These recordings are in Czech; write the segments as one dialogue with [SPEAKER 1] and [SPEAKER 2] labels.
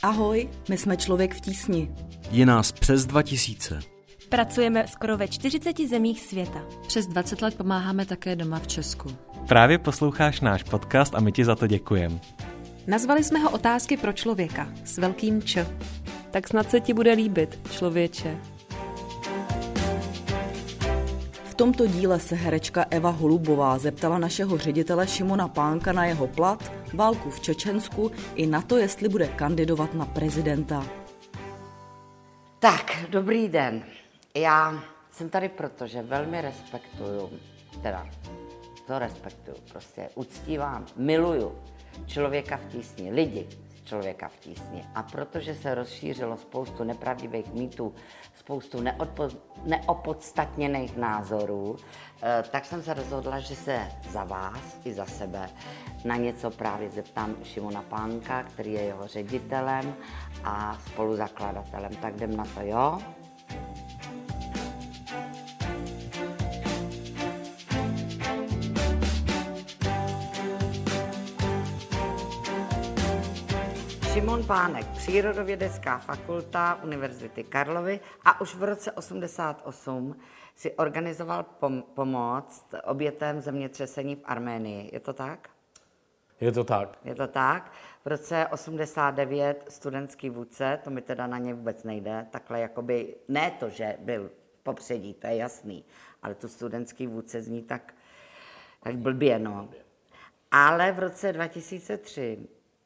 [SPEAKER 1] Ahoj, my jsme Člověk v tísni.
[SPEAKER 2] Je nás přes 2000.
[SPEAKER 3] Pracujeme skoro ve 40 zemích světa.
[SPEAKER 4] Přes 20 let pomáháme také doma v Česku.
[SPEAKER 5] Právě posloucháš náš podcast a my ti za to děkujeme.
[SPEAKER 1] Nazvali jsme ho Otázky pro člověka s velkým Č.
[SPEAKER 3] Tak snad se ti bude líbit, člověče.
[SPEAKER 1] V tomto díle se herečka Eva Holubová zeptala našeho ředitele Šimona Pánka na jeho plat, válku v Čečensku i na to, jestli bude kandidovat na prezidenta.
[SPEAKER 6] Tak, dobrý den. Já jsem tady proto, že velmi respektuju, prostě uctívám, miluju Člověka v tísni, lidi z Člověka v tísni. A protože se rozšířilo spoustu nepravdivých mýtů, spoustu neopodstatněných názorů, tak jsem se rozhodla, že se za vás i za sebe na něco právě zeptám Šimona Pánka, který je jeho ředitelem a spoluzakladatelem. Tak jdem na to, jo? Šimon Pánek, Přírodovědecká fakulta Univerzity Karlovy a už v roce 1988 si organizoval pomoc obětem zemětřesení v Arménii. Je to tak?
[SPEAKER 7] Je to tak.
[SPEAKER 6] Je to tak. V roce 89 studentský vůdce, to mi teda na ně vůbec nejde, takhle jakoby, ne to, že byl v popředí, to je jasný, ale tu studentský vůdce zní tak blbě, no. Ale v roce 2003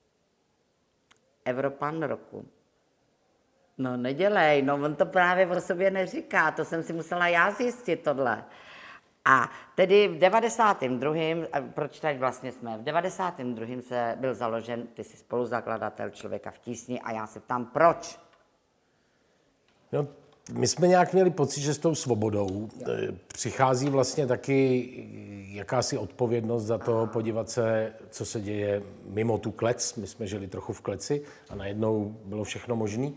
[SPEAKER 6] Evropan roku. No nedělej, no on to právě o sobě neříká, to jsem si musela já zjistit tohle. A tedy v 92. Proč tady vlastně jsme? V 92. se byl založen, ty jsi spoluzakladatel Člověka v tísni a já se ptám, proč?
[SPEAKER 7] No, my jsme nějak měli pocit, že s tou svobodou přichází vlastně taky jakási odpovědnost za to podívat se, co se děje mimo tu klec. My jsme žili trochu v kleci a najednou bylo všechno možné.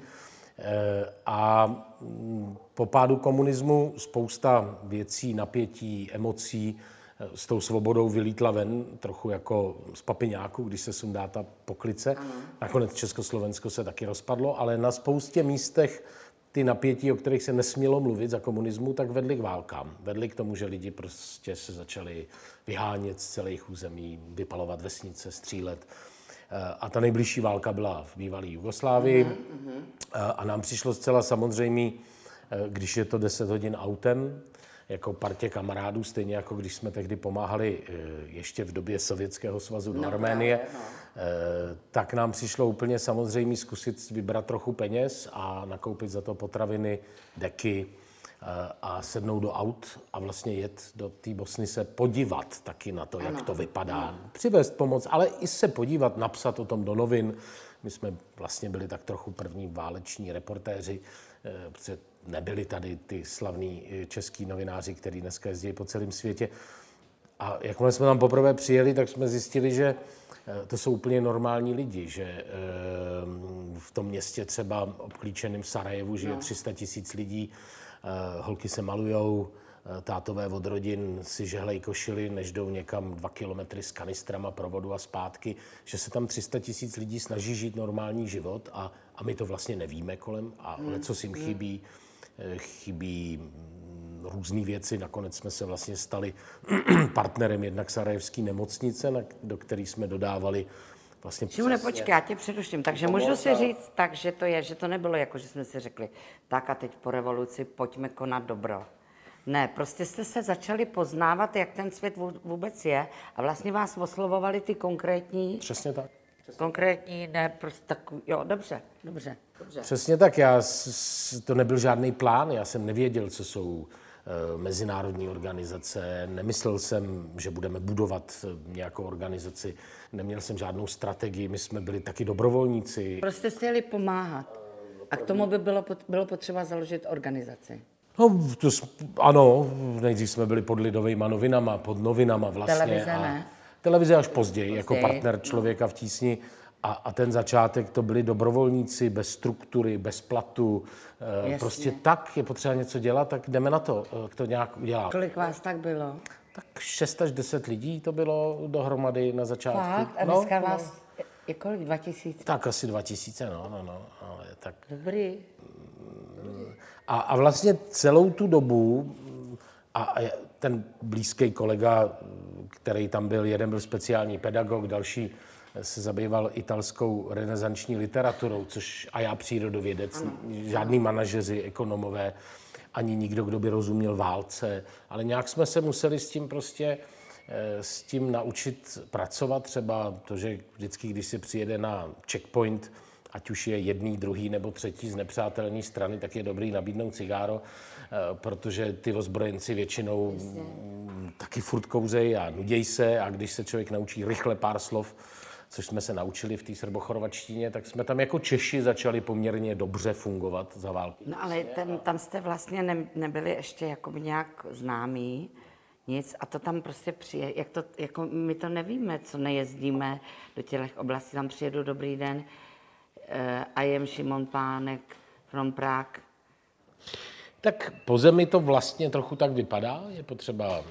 [SPEAKER 7] A po pádu komunismu spousta věcí, napětí, emocí s tou svobodou vylítla ven, trochu jako z papiňáku, když se sundá ta poklice. Nakonec Československo se taky rozpadlo, ale na spoustě místech ty napětí, o kterých se nesmělo mluvit za komunismu, tak vedly k válkám. Vedly k tomu, že lidi prostě se začali vyhánět z celých území, vypalovat vesnice, střílet. A ta nejbližší válka byla v bývalé Jugoslávii. A nám přišlo zcela samozřejmé, když je to 10 hodin autem, jako partě kamarádů, stejně jako když jsme tehdy pomáhali ještě v době Sovětského svazu do Arménie, tak nám přišlo úplně samozřejmě zkusit vybrat trochu peněz a nakoupit za to potraviny, deky a sednout do aut a vlastně jet do té Bosny se podívat taky na to, jak to vypadá. Přivést pomoc, ale i se podívat, napsat o tom do novin. My jsme vlastně byli tak trochu první váleční reportéři, protože nebyli tady ty slavní český novináři, kteří dneska jezdí po celém světě. A jakmile jsme tam poprvé přijeli, tak jsme zjistili, že to jsou úplně normální lidi, že v tom městě třeba obklíčeným Sarajevu žije 300 000 lidí, holky se malujou, tátové od rodin si žehlej košily, než jdou někam 2 kilometry s kanistrama pro vodu a zpátky, že se tam 300 000 lidí snaží žít normální život a my to vlastně nevíme kolem a lecos jim chybí různé věci. Nakonec jsme se vlastně stali partnerem jednak sarajevské nemocnice, do které jsme dodávali vlastně...
[SPEAKER 6] Šimone, počkej, já tě předuším. Takže můžu si říct tak, že to je, že to nebylo jako, že jsme si řekli, tak a teď po revoluci pojďme konat dobro. Ne, prostě jste se začali poznávat, jak ten svět vůbec je a vlastně vás oslovovali ty konkrétní...
[SPEAKER 7] Přesně tak.
[SPEAKER 6] Konkrétní, ne, prostě tak, jo, dobře.
[SPEAKER 7] Přesně tak, to nebyl žádný plán, já jsem nevěděl, co jsou mezinárodní organizace, nemyslel jsem, že budeme budovat nějakou organizaci, neměl jsem žádnou strategii, my jsme byli taky dobrovolníci.
[SPEAKER 6] Prostě jste jeli pomáhat a k tomu by bylo potřeba založit organizaci.
[SPEAKER 7] No, ano, nejdřív jsme byli pod Lidovejma novinama, pod novinama vlastně.
[SPEAKER 6] Televize ne?
[SPEAKER 7] Televize až později, jako partner Člověka v tísni. A ten začátek to byli dobrovolníci, bez struktury, bez platu. Prostě tak je potřeba něco dělat, tak jdeme na to, jak to nějak udělat.
[SPEAKER 6] Kolik vás tak bylo?
[SPEAKER 7] Tak 6 až 10 lidí to bylo dohromady na začátku.
[SPEAKER 6] Fakt? A dneska vás Je kolik? 2000?
[SPEAKER 7] Tak asi 2000, no. Ale tak...
[SPEAKER 6] Dobrý.
[SPEAKER 7] A vlastně celou tu dobu, a ten blízký kolega, který tam byl, jeden byl speciální pedagog, další se zabýval italskou renesanční literaturou, a já přírodovědec, žádný manažeři, ekonomové, ani nikdo, kdo by rozuměl válce, ale nějak jsme se museli s tím naučit pracovat, třeba to, že vždycky, když se přijede na checkpoint, ať už je jedný, druhý nebo třetí z nepřátelné strany, tak je dobrý nabídnout cigáro, protože ty ozbrojenci většinou taky furt kouřej a nuděj se, a když se člověk naučí rychle pár slov, což jsme se naučili v té srbochorvačtině, tak jsme tam jako Češi začali poměrně dobře fungovat za války.
[SPEAKER 6] No ale tam jste vlastně nebyli ještě jako nějak známí, nic, a to tam prostě přijde, jako my to nevíme, co nejezdíme do těch oblastí, tam přijedu, dobrý den, I am Šimon Pánek from Prague.
[SPEAKER 7] Tak po zemi to vlastně trochu tak vypadá, je potřeba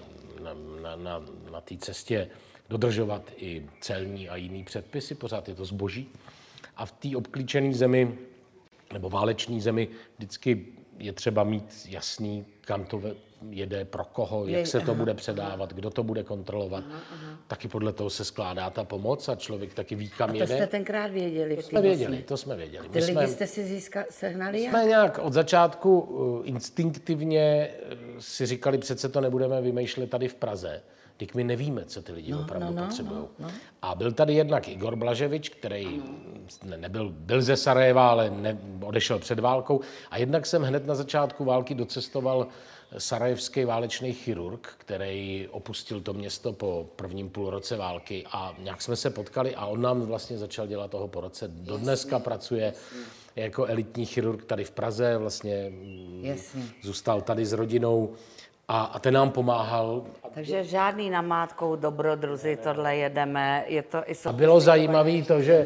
[SPEAKER 7] na té cestě dodržovat i celní a jiný předpisy, pořád je to zboží. A v té obklíčené zemi, nebo váleční zemi, vždycky je třeba mít jasný, kam to jede, pro koho, jak se to bude předávat, kdo to bude kontrolovat. Taky podle toho se skládá ta pomoc a člověk taky ví, kam jede.
[SPEAKER 6] A to jste tenkrát věděli?
[SPEAKER 7] To jsme věděli.
[SPEAKER 6] Ty lidi jste si sehnali jak?
[SPEAKER 7] Jsme nějak od začátku instinktivně si říkali, přece to nebudeme vymýšlet tady v Praze. Teď my nevíme, co ty lidi opravdu potřebují. A byl tady jednak Igor Blaževič, který byl ze Sarajeva, ale odešel před válkou. A jednak jsem hned na začátku války docestoval sarajevský válečný chirurg, který opustil to město po prvním půlroce války, a nějak jsme se potkali a on nám vlastně začal dělat toho po roce. Dodneska pracuje jako elitní chirurg tady v Praze, vlastně zůstal tady s rodinou. A ten nám pomáhal.
[SPEAKER 6] Takže žádný namátkou dobrodruzi, tohle jedeme. Je to i
[SPEAKER 7] a bylo zajímavé to, že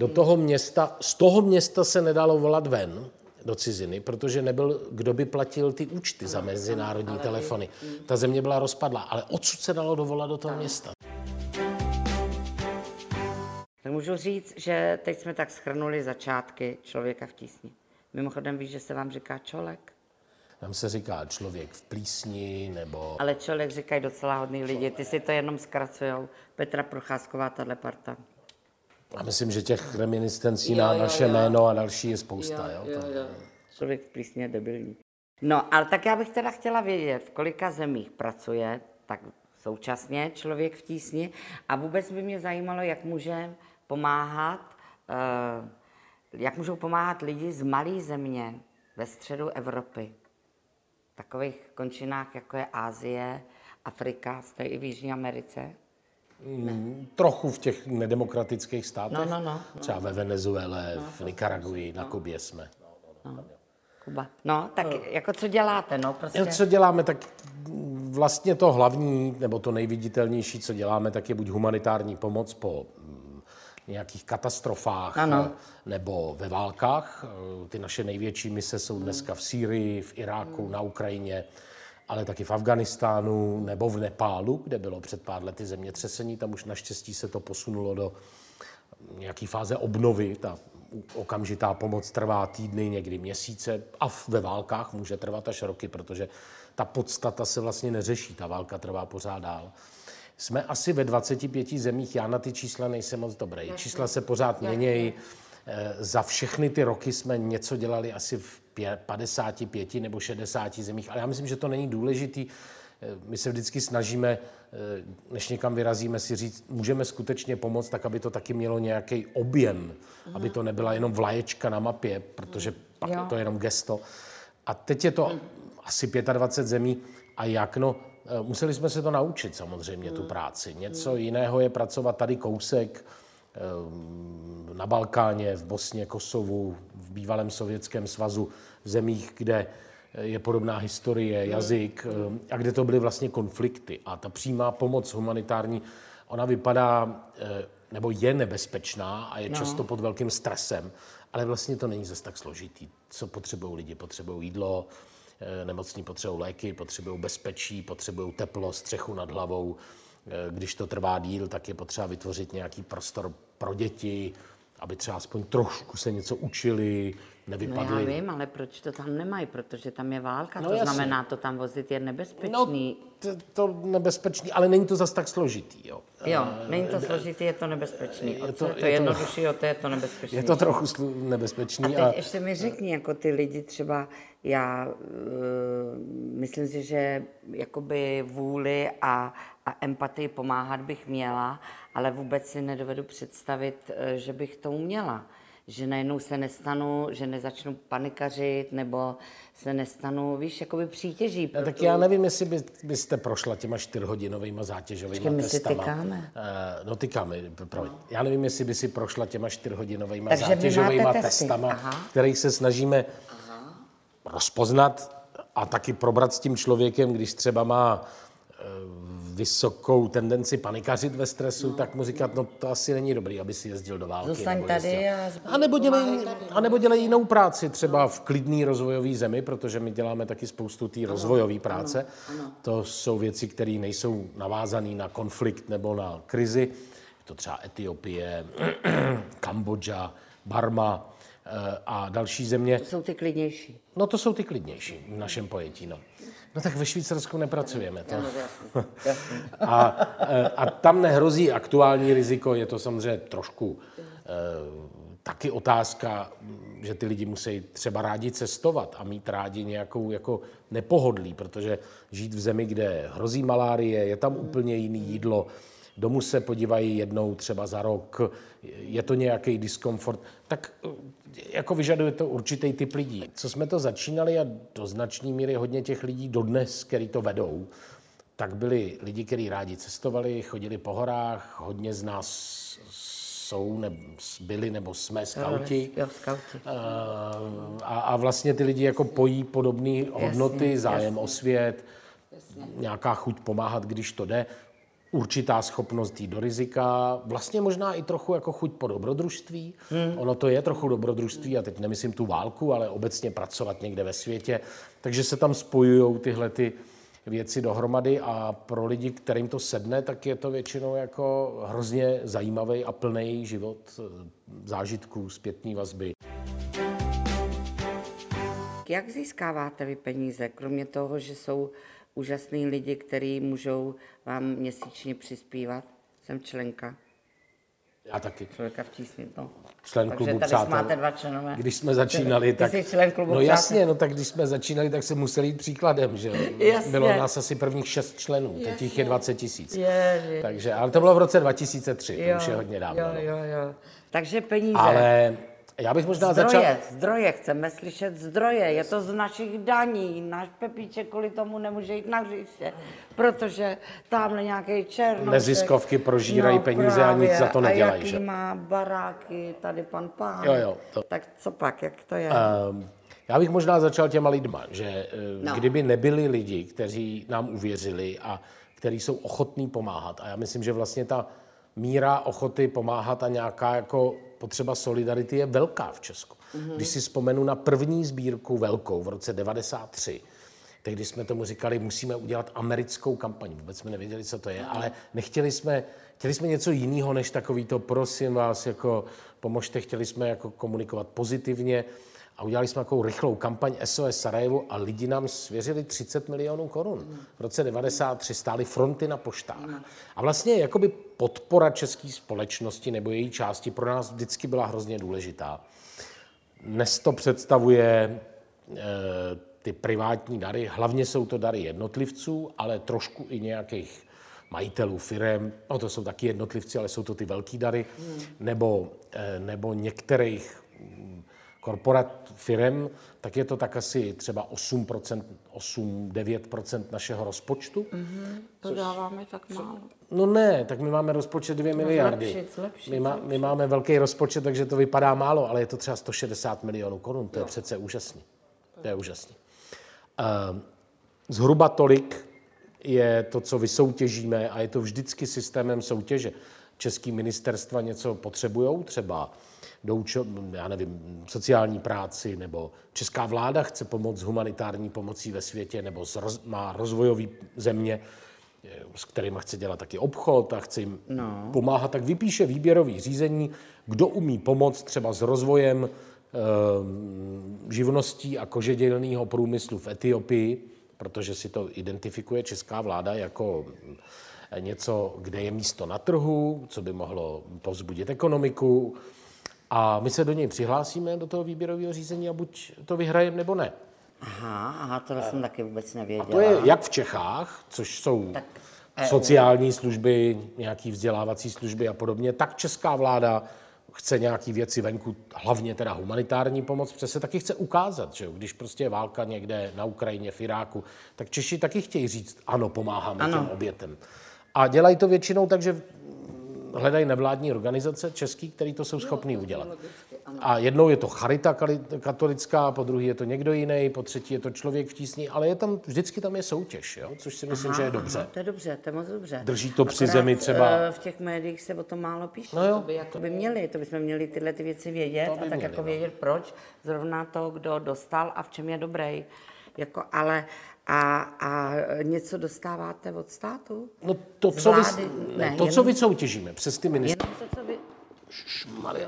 [SPEAKER 7] z toho města se nedalo volat ven do ciziny, protože nebyl, kdo by platil ty účty za mezinárodní telefony. Ta země byla rozpadlá, ale odsud se dalo dovolat do toho města.
[SPEAKER 6] Tak můžu říct, že teď jsme tak shrnuli začátky Člověka v tísni. Mimochodem víš, že se vám říká čolek?
[SPEAKER 7] Tam se říká Člověk v plísni, nebo...
[SPEAKER 6] Ale Čolek říkají docela hodný lidi, ty si to jenom zkracujou. Petra Procházková, tahle parta.
[SPEAKER 7] A myslím, že těch reminiscencí na naše jméno a další je spousta. Jo.
[SPEAKER 6] Člověk v plísni je debilní. No, ale tak já bych teda chtěla vědět, v kolika zemích pracuje tak současně Člověk v tísni, a vůbec by mě zajímalo, jak můžou pomáhat lidi z malé země ve středu Evropy. V takových končinách, jako je Asie, Afrika, jste i v Jižní Americe?
[SPEAKER 7] Trochu v těch nedemokratických státech.
[SPEAKER 6] No.
[SPEAKER 7] Třeba ve Venezuele, v Nikaraguji, na Kubě jsme.
[SPEAKER 6] Kuba. No, tak jako co děláte, prostě?
[SPEAKER 7] Co děláme, tak vlastně to hlavní, nebo to nejviditelnější, co děláme, tak je buď humanitární pomoc po nějakých katastrofách nebo ve válkách. Ty naše největší mise jsou dneska v Sýrii, v Iráku, na Ukrajině, ale taky v Afghánistánu nebo v Nepálu, kde bylo před pár lety zemětřesení. Tam už naštěstí se to posunulo do nějaké fáze obnovy. Ta okamžitá pomoc trvá týdny, někdy měsíce, a ve válkách může trvat až roky, protože ta podstata se vlastně neřeší, ta válka trvá pořád dál. Jsme asi ve 25 zemích, já na ty čísla nejsem moc dobrý. Čísla se pořád měnějí. Za všechny ty roky jsme něco dělali asi v 55 nebo 60 zemích, ale já myslím, že to není důležitý. My se vždycky snažíme, než někam vyrazíme, si říct, můžeme skutečně pomoct, tak aby to taky mělo nějaký objem, aby to nebyla jenom vlaječka na mapě, protože pak je to jenom gesto. A teď je to asi 25 zemí a jak museli jsme se to naučit samozřejmě, tu práci. Něco jiného je pracovat tady kousek, na Balkáně, v Bosně, Kosovu, v bývalém Sovětském svazu, v zemích, kde je podobná historie, jazyk a kde to byly vlastně konflikty. A ta přímá pomoc humanitární, ona vypadá, nebo je nebezpečná a je často pod velkým stresem, ale vlastně to není zase tak složitý. Co potřebují lidi? Potřebují jídlo, nemocní potřebují léky, potřebují bezpečí, potřebují teplo, střechu nad hlavou, Když to trvá díl, tak je potřeba vytvořit nějaký prostor pro děti, aby třeba aspoň trošku se něco učili, nevypadli.
[SPEAKER 6] No já vím, ale proč to tam nemají? Protože tam je válka,
[SPEAKER 7] No
[SPEAKER 6] to
[SPEAKER 7] jasně.
[SPEAKER 6] znamená, to tam vozit je nebezpečný.
[SPEAKER 7] No, to nebezpečný, ale není to zas tak složitý, jo.
[SPEAKER 6] Jo, není to složitý, je to nebezpečný. To je jednodušší, to je to nebezpečný.
[SPEAKER 7] Je to trochu nebezpečný.
[SPEAKER 6] A teď ještě mi řekni, jako ty lidi třeba, já myslím si, že jakoby vůli a empatii pomáhat bych měla, ale vůbec si nedovedu představit, že bych to uměla. Že najednou se nestanu, že nezačnu panikařit, nebo se nestanu, víš, jakoby přítěží.
[SPEAKER 7] Tak já nevím, jestli byste prošla těma 4hodinovýma zátěžovýma testama.
[SPEAKER 6] Tykáme.
[SPEAKER 7] No tykáme, promiň. Já nevím, jestli by si prošla těma 4hodinovýma zátěžovýma testama, kterých se snažíme rozpoznat a taky probrat s tím člověkem, když třeba má vysokou tendenci panikařit ve stresu, tak mu říkat, no to asi není dobrý, aby si jezdil do války.
[SPEAKER 6] Zůstaň tady
[SPEAKER 7] a nebo dělej jinou práci, třeba v klidný rozvojový zemi, protože my děláme taky spoustu té rozvojové práce. Ano. To jsou věci, které nejsou navázané na konflikt nebo na krizi. To třeba Etiopie, Kambodža, Barma a další země.
[SPEAKER 6] To jsou ty klidnější.
[SPEAKER 7] No to jsou ty klidnější v našem pojetí, no. No tak ve Švýcarsku nepracujeme. To. A tam nehrozí aktuální riziko, je to samozřejmě trošku taky otázka, že ty lidi musí třeba rádi cestovat a mít rádi nějakou jako nepohodlí, protože žít v zemi, kde hrozí malárie, je tam úplně jiný jídlo, domů se podívají jednou třeba za rok, je to nějaký diskomfort, tak jako vyžaduje to určitý typ lidí. Co jsme to začínali a do značné míry hodně těch lidí dodnes, který to vedou, tak byli lidi, kteří rádi cestovali, chodili po horách, hodně z nás byli nebo jsme skauti. A vlastně ty lidi jako pojí podobné hodnoty, zájem o svět, nějaká chuť pomáhat, když to jde, určitá schopnost jít do rizika, vlastně možná i trochu jako chuť po dobrodružství. Ono to je trochu dobrodružství, a teď nemyslím tu válku, ale obecně pracovat někde ve světě. Takže se tam spojují tyhle ty věci dohromady a pro lidi, kterým to sedne, tak je to většinou jako hrozně zajímavý a plný život zážitků, zpětné vazby.
[SPEAKER 6] Jak získáváte vy peníze, kromě toho, že jsou úžasný lidi, kteří můžou vám měsíčně přispívat? Jsem členka.
[SPEAKER 7] Já taky.
[SPEAKER 6] Člověka v tísni, no.
[SPEAKER 7] Člen
[SPEAKER 6] Takže
[SPEAKER 7] klubu
[SPEAKER 6] tady
[SPEAKER 7] přátel.
[SPEAKER 6] máte 2 členové.
[SPEAKER 7] Když jsme začínali, tak...
[SPEAKER 6] Ty jsi člen klubu
[SPEAKER 7] no
[SPEAKER 6] přátel.
[SPEAKER 7] jasně, no tak když jsme začínali, tak se museli jít příkladem, že
[SPEAKER 6] Jasně.
[SPEAKER 7] Bylo nás asi prvních 6 členů, teď jich je 20 000.
[SPEAKER 6] Ježi.
[SPEAKER 7] Takže, ale to bylo v roce 2003, to už je hodně dávno.
[SPEAKER 6] Jo. Takže peníze.
[SPEAKER 7] Ale já bych možná začal...
[SPEAKER 6] Zdroje, chceme slyšet zdroje, je to z našich daní, náš Pepíček kvůli tomu nemůže jít na hřiště, protože tamhle nějaký černošek.
[SPEAKER 7] Neziskovky prožírají peníze a nic za to nedělají.
[SPEAKER 6] A jaký má baráky, tady pan pán.
[SPEAKER 7] Jo, to.
[SPEAKER 6] Tak co pak, jak to je?
[SPEAKER 7] Já bych možná začal těma lidma, že kdyby nebyli lidi, kteří nám uvěřili a kteří jsou ochotní pomáhat, a já myslím, že vlastně ta míra ochoty pomáhat a nějaká jako potřeba solidarity je velká v Česku. Když si vzpomenu na první sbírku velkou v roce 1993, tehdy jsme tomu říkali, musíme udělat americkou kampaň. Vůbec jsme nevěděli, co to je, ale chtěli jsme něco jiného, než takový to, prosím vás, jako pomožte, chtěli jsme jako komunikovat pozitivně a udělali jsme takovou rychlou kampaň SOS Sarajevo a lidi nám svěřili 30 milionů korun. V roce 1993 stály fronty na poštách. A vlastně jakoby podpora české společnosti nebo její části pro nás vždycky byla hrozně důležitá. Dnes to představuje ty privátní dary, hlavně jsou to dary jednotlivců, ale trošku i nějakých majitelů firem, no to jsou taky jednotlivci, ale jsou to ty velký dary, nebo některých korporát firem, tak je to tak asi třeba 8-9% našeho rozpočtu.
[SPEAKER 6] To dáváme tak málo.
[SPEAKER 7] No ne, tak my máme rozpočet 2 miliardy. My máme velký rozpočet, takže to vypadá málo, ale je to třeba 160 milionů korun, to je přece úžasný. To je úžasný. Zhruba tolik je to, co vysoutěžíme a je to vždycky systémem soutěže. Český ministerstva něco potřebujou, třeba já nevím, sociální práci, nebo česká vláda chce pomoct s humanitární pomocí ve světě, nebo má rozvojové země, s kterými chce dělat taky obchod a chce jim pomáhat, tak vypíše výběrový řízení, kdo umí pomoct třeba s rozvojem živností a kožedělného průmyslu v Etiopii, protože si to identifikuje česká vláda jako něco, kde je místo na trhu, co by mohlo povzbudit ekonomiku. A my se do něj přihlásíme, do toho výběrového řízení, a buď to vyhrajeme, nebo ne.
[SPEAKER 6] Aha, to jsem taky vůbec nevěděla.
[SPEAKER 7] A to je jak v Čechách, což jsou sociální služby, nějaký vzdělávací služby a podobně, tak česká vláda chce nějaký věci venku, hlavně teda humanitární pomoc, protože se taky chce ukázat, že když prostě je válka někde na Ukrajině, v Iráku, tak Češi taky chtějí říct, ano, pomáháme těm obětem. A dělají to většinou tak, že hledají nevládní organizace český, který to jsou schopní udělat. A jednou je to charita katolická, po druhý je to někdo jiný, po třetí je to člověk v tísni, ale je tam, vždycky tam je soutěž, jo? Což si myslím, že je dobře.
[SPEAKER 6] To je dobře, to je moc dobře.
[SPEAKER 7] Drží to při zemi třeba.
[SPEAKER 6] V těch médiích se o tom málo píše, to by měli, to bychom měli tyhle ty věci vědět a tak jako vědět, proč zrovna to, kdo dostal a v čem je dobrý. Jako, ale a něco dostáváte od státu?
[SPEAKER 7] No to, co vysoutěžíme přes ty ministry.
[SPEAKER 6] Jenom to, co vy...
[SPEAKER 7] Šmaria.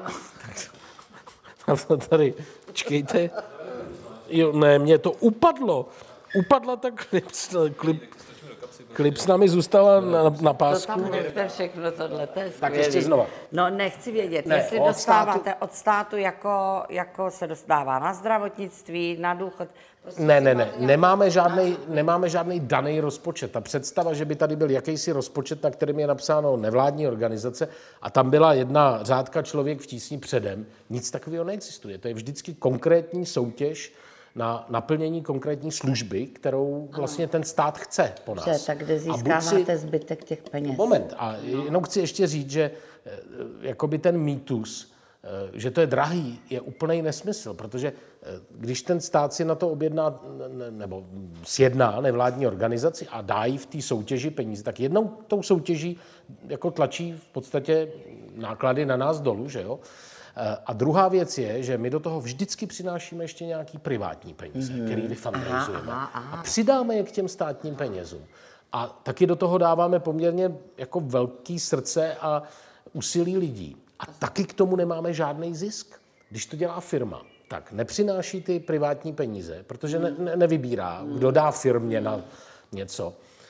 [SPEAKER 7] Tady, počkejte. Jo, ne, mě to upadlo. Upadla ta klip s námi zůstala na pásku.
[SPEAKER 6] To tam nechte všechno tohle, to je skvělý.
[SPEAKER 7] Tak ještě znova.
[SPEAKER 6] No, nechci vědět, jestli dostáváte od státu, jako se dostává na zdravotnictví, na důchod. Prostě
[SPEAKER 7] ne, nemáme žádný daný rozpočet. Ta představa, že by tady byl jakýsi rozpočet, na kterém je napsáno nevládní organizace a tam byla jedna řádka člověk v tísni předem, nic takového neexistuje. To je vždycky konkrétní soutěž na naplnění konkrétní služby, kterou vlastně ten stát chce po nás.
[SPEAKER 6] Tak kde získáváte zbytek těch peněz?
[SPEAKER 7] Moment. A jenom chci ještě říct, že jakoby ten mýtus, že to je drahý, je úplný nesmysl, protože když ten stát si na to objedná nebo sjedná nevládní organizaci a dá jí v té soutěži peníze, tak jednou tou soutěží jako tlačí v podstatě náklady na nás dolů, že jo? A druhá věc je, že my do toho vždycky přinášíme ještě nějaký privátní peníze, který vyfundraizujeme. A přidáme je k těm státním penězům. A taky do toho dáváme poměrně jako velký srdce a úsilí lidí. A taky k tomu nemáme žádný zisk. Když to dělá firma, tak nepřináší ty privátní peníze, protože nevybírá, kdo dá firmě na něco.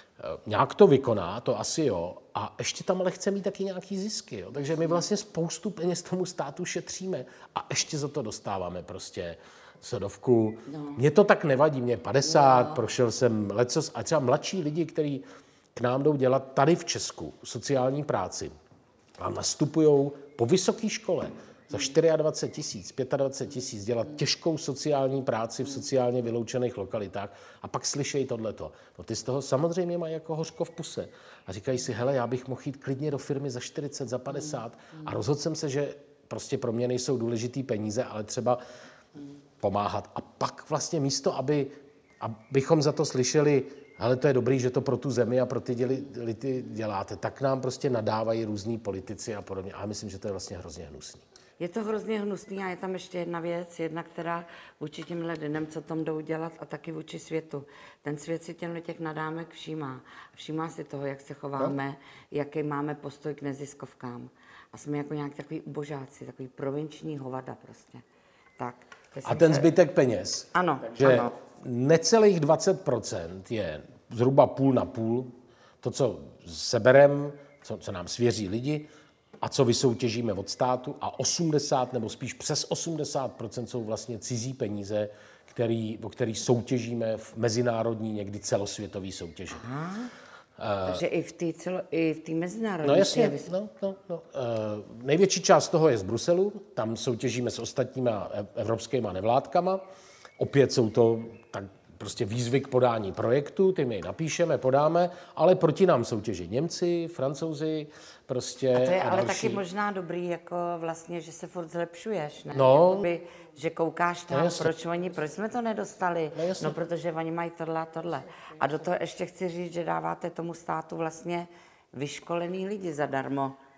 [SPEAKER 7] Nějak to vykoná, to asi jo, a ještě tam ale chce mít taky nějaký zisky. Jo. Takže my vlastně spoustu peněz tomu státu šetříme a ještě za to dostáváme prostě sodovku. Mně to tak nevadí, mě 50, prošel jsem lecos a třeba mladší lidi, kteří k nám jdou dělat tady v Česku sociální práci a nastupujou po vysoké škole za 24 000, 25 000 dělat těžkou sociální práci v sociálně vyloučených lokalitách a pak slyšejí tohleto. No ty z toho samozřejmě mají jako hořko v puse a říkají si, hele, já bych mohl jít klidně do firmy za 40, za 50 a rozhodl jsem se, že prostě pro mě nejsou důležitý peníze, ale třeba pomáhat. A pak vlastně místo, abychom za to slyšeli, hele, to je dobrý, že to pro tu zemi a pro ty lidi děláte, tak nám prostě nadávají různí politici a podobně. A myslím, že to je vlastně hrozně hnusný.
[SPEAKER 6] Je to hrozně hnusný a je tam ještě jedna věc, která vůči těmhle lidem, co tam jdou dělat a taky vůči světu. Ten svět si těch nadámek všímá. Všímá si toho, jak se chováme, jaký máme postoj k neziskovkám. A jsme jako nějak takový ubožáci, takový provinční hovada prostě. Tak,
[SPEAKER 7] a ten zbytek peněz,
[SPEAKER 6] ano,
[SPEAKER 7] že
[SPEAKER 6] ano.
[SPEAKER 7] Necelých 20% je zhruba půl na půl, to, co seberem, co nám svěří lidi, a co vysoutěžíme od státu a 80 nebo spíš přes 80% jsou vlastně cizí peníze, o který soutěžíme v mezinárodní, někdy celosvětové soutěži.
[SPEAKER 6] Takže i v té mezinárodní.
[SPEAKER 7] No jasně, největší část toho je z Bruselu, tam soutěžíme s ostatníma evropskýma nevládkama. Opět jsou to tak prostě výzvy k podání projektu, ty my napíšeme, podáme, ale proti nám soutěží Němci, Francouzi, prostě.
[SPEAKER 6] A to je ale
[SPEAKER 7] další.
[SPEAKER 6] taky možná dobrý, jako vlastně, že se furt zlepšuješ, ne?
[SPEAKER 7] No.
[SPEAKER 6] Jakoby, že koukáš tam,
[SPEAKER 7] No,
[SPEAKER 6] proč jsme to nedostali? No, protože oni mají tohle a tohle. A do toho ještě chci říct, že dáváte tomu státu vlastně vyškolený lidi zadarmo.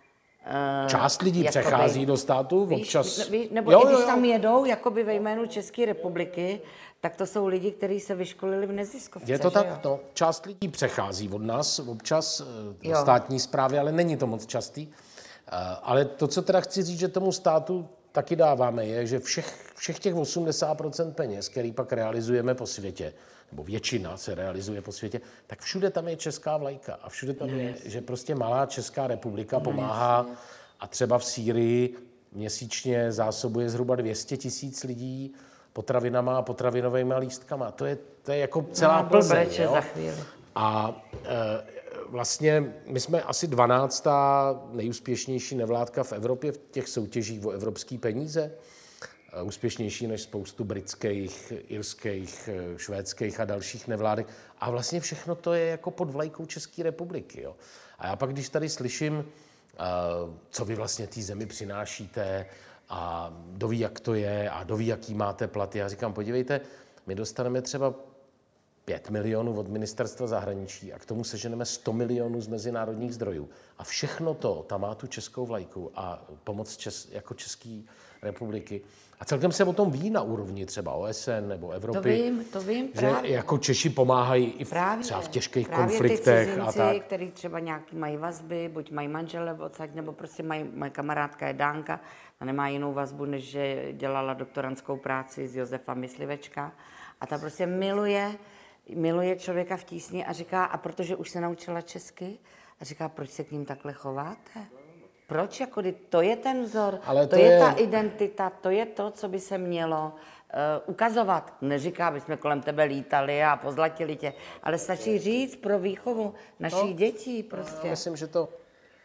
[SPEAKER 7] Část lidí přechází do státu, občas...
[SPEAKER 6] Nebo i když tam jedou, jakoby ve jménu České republiky, tak to jsou lidi, kteří se vyškolili v neziskovce.
[SPEAKER 7] Je to tak, no. Část lidí přechází od nás občas do státní správy, ale není to moc častý. Ale to, co teda chci říct, že tomu státu taky dáváme, je, že všech těch 80% peněz, který pak realizujeme po světě, nebo většina se realizuje po světě, tak všude tam je česká vlajka. A všude tam je, že prostě malá Česká republika pomáhá a třeba v Sýrii měsíčně zásobuje zhruba 200 000 lidí potravinama a potravinovými lístkama. To je jako celá Plzeň.
[SPEAKER 6] Za chvíli.
[SPEAKER 7] A vlastně my jsme asi 12. nejúspěšnější nevládka v Evropě v těch soutěžích o evropské peníze. Úspěšnější než spoustu britských, irských, švédských a dalších nevládek. A vlastně všechno to je jako pod vlajkou České republiky. Jo. A já pak, když tady slyším, co vy vlastně té zemi přinášíte a kdo ví, jak to je a kdo ví, jaký máte platy, já říkám, podívejte, my dostaneme třeba 5 milionů od ministerstva zahraničí a k tomu seženeme 100 milionů z mezinárodních zdrojů. A všechno to, tam má tu českou vlajku a pomoc jako České republiky. A celkem se o tom ví na úrovni třeba OSN nebo Evropy.
[SPEAKER 6] To vím,
[SPEAKER 7] že
[SPEAKER 6] právě.
[SPEAKER 7] jako Češi pomáhají i třeba v těžkých konfliktech.
[SPEAKER 6] Ty cizinci,
[SPEAKER 7] a tak.
[SPEAKER 6] který třeba nějaký mají vazby, buď mají manžele odsaď, nebo prostě moje kamarádka je Dánka a nemá jinou vazbu, než že dělala doktorantskou práci z Josefa Myslivečka. A ta prostě miluje člověka v tísni a říká, a protože už se naučila česky, a říká, proč se k ním takhle chováte? Proč? Jako, to je ten vzor,
[SPEAKER 7] ale
[SPEAKER 6] to je ta identita, to je to, co by se mělo ukazovat. Neříká, aby jsme kolem tebe lítali a pozlatili tě, ale stačí říct pro výchovu našich dětí prostě.
[SPEAKER 7] Já myslím, že to...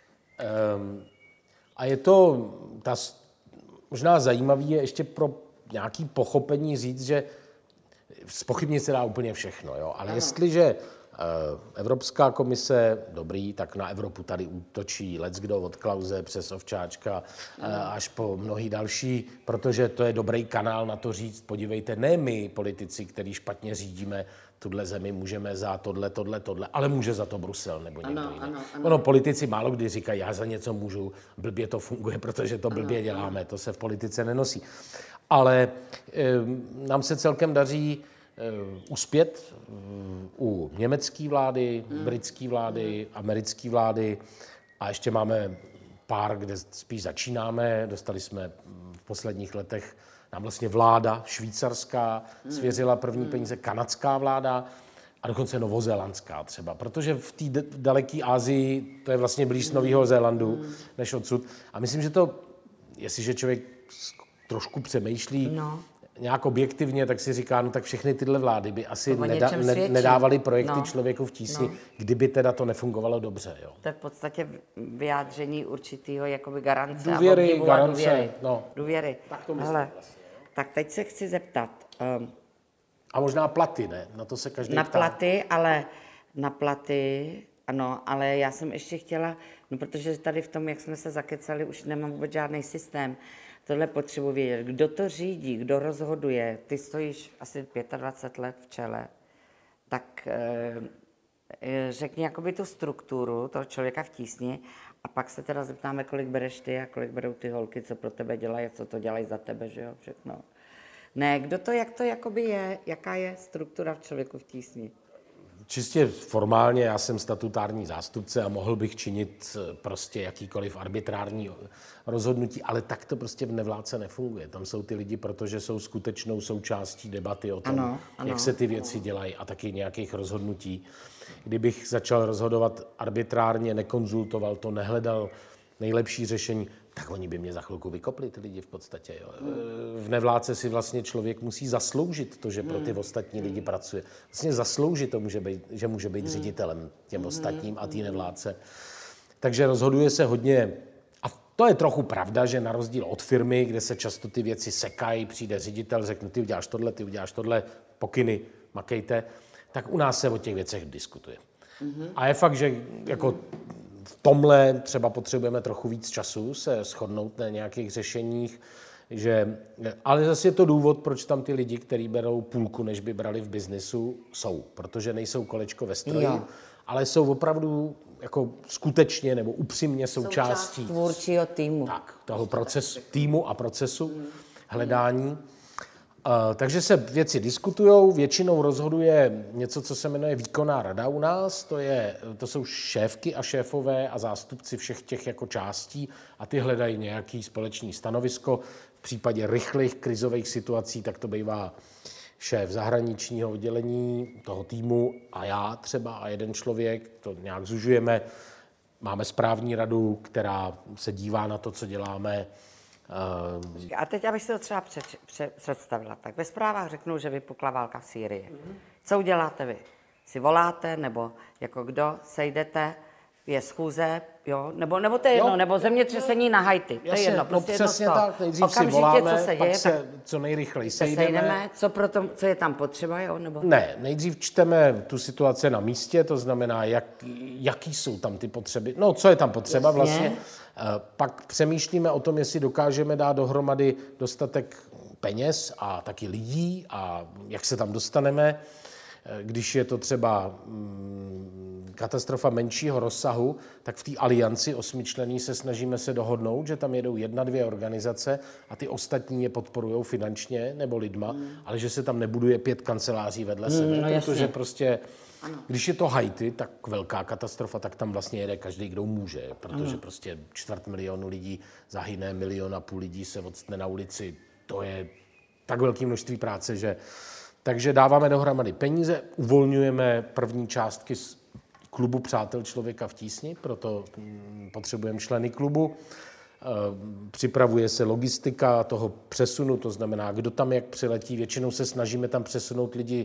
[SPEAKER 7] a je to... možná zajímavý je ještě pro nějaké pochopení říct, že zpochybnit se dá úplně všechno, jo? Ale jestliže Evropská komise, dobrý, tak na Evropu tady útočí leckdo od Klause přes Ovčáčka až po mnohý další, protože to je dobrý kanál na to říct, podívejte, ne my, politici, kteří špatně řídíme tuhle zemi, můžeme za tohle, ale může za to Brusel nebo někdo jiný. Ono, politici málo kdy říkají, já za něco můžu, blbě to funguje, protože to blbě děláme, to se v politice nenosí. Ale nám se celkem daří uspět u německé vlády, britské vlády, americké vlády a ještě máme pár, kde spíš začínáme. Dostali jsme v posledních letech, nám vlastně vláda švýcarská svěřila první peníze, kanadská vláda a dokonce novozélandská třeba, protože v té daleké Asii to je vlastně blíž z Nového Zélandu než odsud. A myslím, že to, jestliže člověk trošku přemýšlí nějak objektivně, tak si říká, no tak všechny tyhle vlády by asi nedávaly projekty člověku v tísni, kdyby teda to nefungovalo dobře. Jo.
[SPEAKER 6] To je v podstatě vyjádření určitého jakoby garance.
[SPEAKER 7] Důvěry.
[SPEAKER 6] Důvěry.
[SPEAKER 7] Tak to myslím.
[SPEAKER 6] Hele, tak teď se chci zeptat.
[SPEAKER 7] A možná platy, ne? Na to se každý ptá.
[SPEAKER 6] Na platy, ano, ale já jsem ještě chtěla, no protože tady v tom, jak jsme se zakecali, už nemám vůbec žádný systém. Tohle potřebuji vědět. Kdo to řídí, kdo rozhoduje? Ty stojíš asi 25 let v čele. Tak řekni jakoby tu strukturu toho člověka v tísni a pak se teda zeptáme, kolik bereš ty a kolik berou ty holky, co pro tebe dělají, co to dělají za tebe, že jo, všechno. Ne, kdo to, jak to jakoby je, jaká je struktura v člověku v tísni?
[SPEAKER 7] Čistě formálně já jsem statutární zástupce a mohl bych činit prostě jakýkoliv arbitrární rozhodnutí, ale tak to prostě v nevládce nefunguje. Tam jsou ty lidi, protože jsou skutečnou součástí debaty o tom, jak se ty věci dělají a taky nějakých rozhodnutí. Kdybych začal rozhodovat arbitrárně, nekonzultoval to, nehledal nejlepší řešení, tak oni by mě za chvilku vykopli, ty lidi v podstatě. Jo. V nevládce si vlastně člověk musí zasloužit to, že pro ty ostatní lidi pracuje. Vlastně zasloužit to, že může být ředitelem těm ostatním a tý nevládce. Takže rozhoduje se hodně, a to je trochu pravda, že na rozdíl od firmy, kde se často ty věci sekají, přijde ředitel, řekne, ty uděláš tohle, pokyny, makejte, tak u nás se o těch věcech diskutuje. A je fakt, že jako v tomhle třeba potřebujeme trochu víc času se shodnout na nějakých řešeních, ale zase je to důvod, proč tam ty lidi, kteří berou půlku, než by brali v biznisu, jsou. Protože nejsou kolečko ve stroji, ale jsou opravdu jako skutečně nebo upřímně součástí
[SPEAKER 6] tvůrčího týmu.
[SPEAKER 7] Tak, toho procesu, týmu a procesu hledání. Takže se věci diskutujou, většinou rozhoduje něco, co se jmenuje výkonná rada u nás, to jsou šéfky a šéfové a zástupci všech těch jako částí a ty hledají nějaký společný stanovisko. V případě rychlých krizových situací tak to bývá šéf zahraničního oddělení toho týmu a já třeba a jeden člověk, to nějak zužujeme. Máme správní radu, která se dívá na to, co děláme.
[SPEAKER 6] A teď, abych si to třeba představila, tak ve zprávách řeknu, že vypukla válka v Sýrii. Co uděláte vy? Si voláte, nebo jako kdo, sejdete, je schůze, jo? Nebo to je jedno, nebo zemětřesení na Haiti, to je jedno, prostě
[SPEAKER 7] přesně
[SPEAKER 6] jedno
[SPEAKER 7] tak, nejdřív si voláme, pak se co nejrychleji sejdeme.
[SPEAKER 6] Co je tam potřeba, jo? Nebo?
[SPEAKER 7] Ne, nejdřív čteme tu situaci na místě, to znamená, jaký jsou tam ty potřeby, no co je tam potřeba vlastně. Pak přemýšlíme o tom, jestli dokážeme dát dohromady dostatek peněz a taky lidí a jak se tam dostaneme. Když je to třeba katastrofa menšího rozsahu, tak v té alianci 8členný se snažíme se dohodnout, že tam jedou 1-2 organizace a ty ostatní je podporujou finančně nebo lidma, ale že se tam nebuduje 5 kanceláří vedle sebe, protože prostě, když je to Haiti, tak velká katastrofa, tak tam vlastně jede každý, kdo může, protože prostě 250 000 lidí zahyne, 1,5 milionu lidí se odstne na ulici, to je tak velké množství práce, že takže dáváme dohromady peníze, uvolňujeme první částky z klubu Přátel člověka v tísni, proto potřebujeme členy klubu. Připravuje se logistika toho přesunu, to znamená, kdo tam jak přiletí. Většinou se snažíme tam přesunout lidi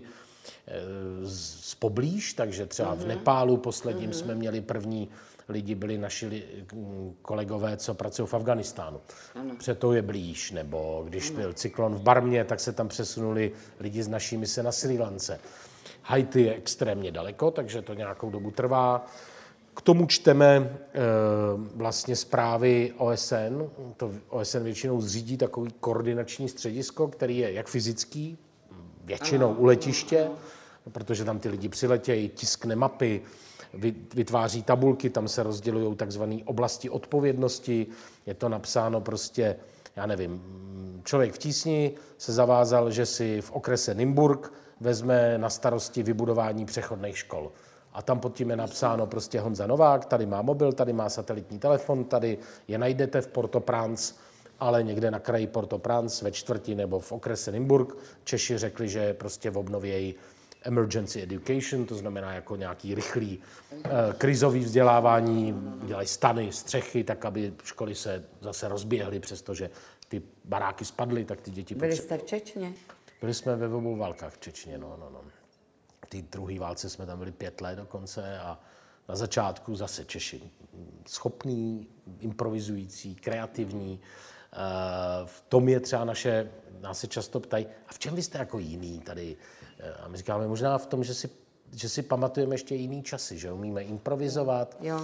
[SPEAKER 7] z poblíž, takže třeba v Nepálu posledním jsme měli první lidi, byli naši kolegové, co pracují v Afghánistánu. Přeto je blíž, nebo když byl cyklon v Barmě, tak se tam přesunuli lidi z naší mise na Srí Lance. Haiti je extrémně daleko, takže to nějakou dobu trvá. K tomu čteme vlastně zprávy OSN. To OSN většinou zřídí takový koordinační středisko, který je jak fyzický, většinou u letiště, protože tam ty lidi přiletějí, tiskne mapy, vytváří tabulky, tam se rozdělují takzvané oblasti odpovědnosti. Je to napsáno prostě, já nevím, člověk v tísni se zavázal, že si v okrese Nymburk vezme na starosti vybudování přechodných škol. A tam pod tím je napsáno prostě Honza Novák, tady má mobil, tady má satelitní telefon, tady je najdete v Port-au-Prince, ale někde na kraji Port-au-Prince ve čtvrti nebo v okrese Nymburk. Češi řekli, že prostě obnovějí emergency education, to znamená jako nějaký rychlý krizový vzdělávání, dělají stany, střechy, tak aby školy se zase rozběhly, přestože ty baráky spadly, tak ty děti...
[SPEAKER 6] Byli jste v Čečně?
[SPEAKER 7] Byli jsme ve obou válkách v Čečně, no. V té druhé válce jsme tam byli 5 let dokonce a na začátku zase Češi schopní, improvizující, kreativní. V tom je třeba nás se často ptají, a v čem vy jste jako jiný tady? A my říkáme možná v tom, že si pamatujeme ještě jiný časy, že umíme improvizovat.
[SPEAKER 6] Jo.